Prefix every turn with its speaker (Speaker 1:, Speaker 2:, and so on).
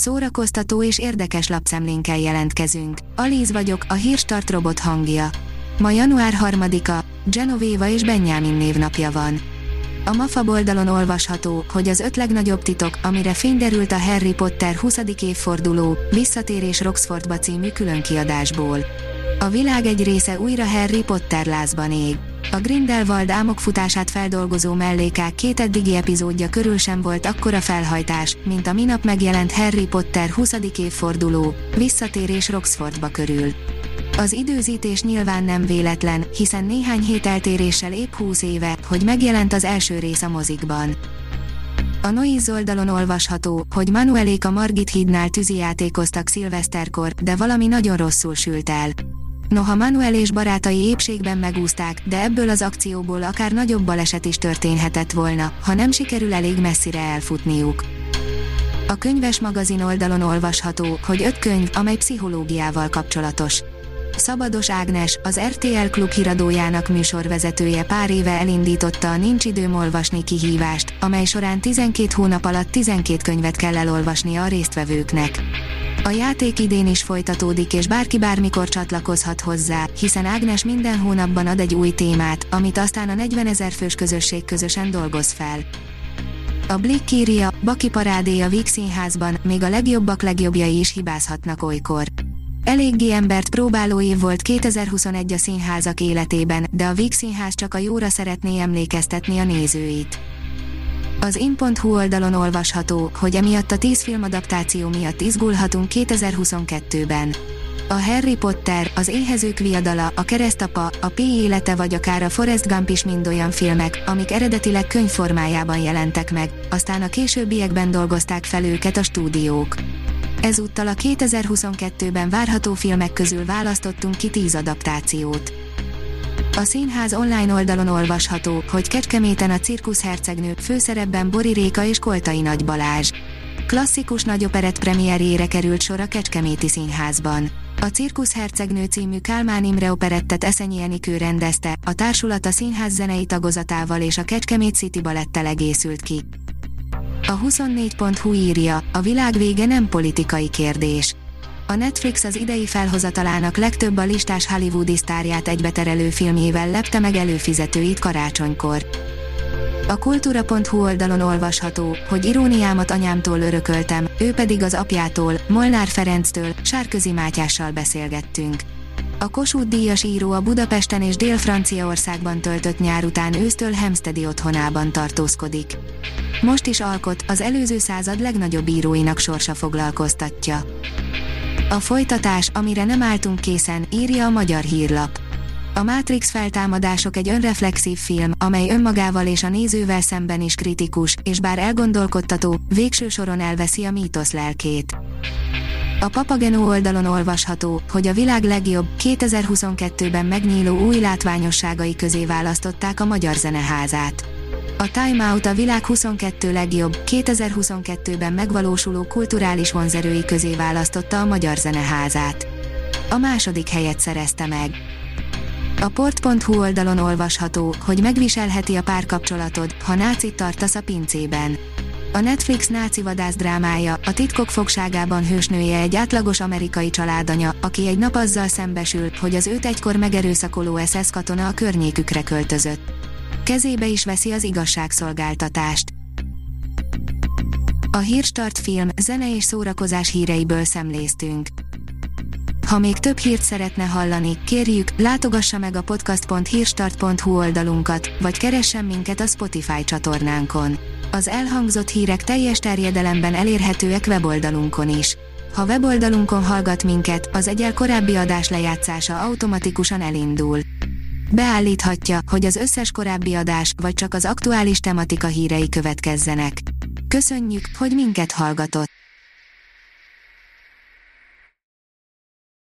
Speaker 1: szórakoztató és érdekes lapszemlénkkel jelentkezünk. Alíz vagyok, a Hírstart robot hangja. Ma január 3-a, Genoveva és Benjamin névnapja van. A MAFA oldalon olvasható, hogy az 5 legnagyobb titok, amire fényderült a Harry Potter 20. évforduló, Visszatérés Roxfordba című különkiadásból. A világ egy része újra Harry Potter lázban ég. A Grindelwald álmokfutását feldolgozó mellékák 2 eddigi epizódja körül sem volt akkora felhajtás, mint a minap megjelent Harry Potter 20. évforduló, Visszatérés Roxfordba körül. Az időzítés nyilván nem véletlen, hiszen néhány hét eltéréssel épp 20 éve, hogy megjelent az első rész a mozikban. A Noise oldalon olvasható, hogy Manuelék a Margit hídnál tűzijátékoztak szilveszterkor, de valami nagyon rosszul sült el. Noha Manuel és barátai épségben megúszták, de ebből az akcióból akár nagyobb baleset is történhetett volna, ha nem sikerül elég messzire elfutniuk. A Könyves magazin oldalon olvasható, hogy 5 könyv, amely pszichológiával kapcsolatos. Szabados Ágnes, az RTL Klub híradójának műsorvezetője pár éve elindította a Nincs időm olvasni kihívást, amely során 12 hónap alatt 12 könyvet kell elolvasnia a résztvevőknek. A játék idén is folytatódik és bárki bármikor csatlakozhat hozzá, hiszen Ágnes minden hónapban ad egy új témát, amit aztán a 40 000 fős közösség közösen dolgoz fel. A Blick írja, Baki parádé a Víg Színházban, még a legjobbak legjobbjai is hibázhatnak olykor. Eléggé embert próbáló év volt 2021 a színházak életében, de a Víg Színház csak a jóra szeretné emlékeztetni a nézőit. Az in.hu oldalon olvasható, hogy emiatt a 10 filmadaptáció miatt izgulhatunk 2022-ben. A Harry Potter, az Éhezők viadala, a Keresztapa, a Pi élete vagy akár a Forrest Gump is mind olyan filmek, amik eredetileg könyvformájában jelentek meg, aztán a későbbiekben dolgozták fel őket a stúdiók. Ezúttal a 2022-ben várható filmek közül választottunk ki 10 adaptációt. A színház online oldalon olvasható, hogy Kecskeméten a Cirkuszhercegnő, főszerepben Bori Réka és Koltai Nagy Balázs. Klasszikus nagyoperett premierjére került sor a Kecskeméti Színházban. A Cirkuszhercegnő című Kálmán Imre operettet Eszenyi Enikő rendezte, a társulat a színház zenei tagozatával és a Kecskemét City Balettel egészült ki. A 24.hu írja, a világ vége nem politikai kérdés. A Netflix az idei felhozatalának legtöbb a listás hollywoodi sztárját egybeterelő filmjével lepte meg előfizetőit karácsonykor. A kultúra.hu oldalon olvasható, hogy iróniámat anyámtól örököltem, ő pedig az apjától, Molnár Ferenctől, Sárközi Mátyással beszélgettünk. A Kossuth-díjas író a Budapesten és Dél-Franciaországban töltött nyár után ősztől Hempsteadi otthonában tartózkodik. Most is alkot, az előző század legnagyobb íróinak sorsa foglalkoztatja. A folytatás, amire nem álltunk készen, írja a Magyar Hírlap. A Matrix feltámadások egy önreflexív film, amely önmagával és a nézővel szemben is kritikus, és bár elgondolkodtató, végső soron elveszi a mítosz lelkét. A Papageno oldalon olvasható, hogy a világ legjobb, 2022-ben megnyíló új látványosságai közé választották a Magyar Zeneházát. A Time Out a világ 22 legjobb, 2022-ben megvalósuló kulturális vonzerői közé választotta a Magyar Zeneházát. A második helyet szerezte meg. A port.hu oldalon olvasható, hogy megviselheti a párkapcsolatod, ha nácit tartasz a pincében. A Netflix náci vadász drámája, a Titkok fogságában hősnője egy átlagos amerikai családanya, aki egy nap azzal szembesül, hogy az őt egykor megerőszakoló SS katona a környékükre költözött. Kezébe is veszi az igazságszolgáltatást. A Hírstart film, zene és szórakozás híreiből szemléztünk. Ha még több hírt szeretne hallani, kérjük, látogassa meg a podcast.hírstart.hu oldalunkat, vagy keressen minket a Spotify csatornánkon. Az elhangzott hírek teljes terjedelemben elérhetőek weboldalunkon is. Ha weboldalunkon hallgat minket, az egyel korábbi adás lejátszása automatikusan elindul. Beállíthatja, hogy az összes korábbi adás, vagy csak az aktuális tematika hírei következzenek. Köszönjük, hogy minket hallgatott!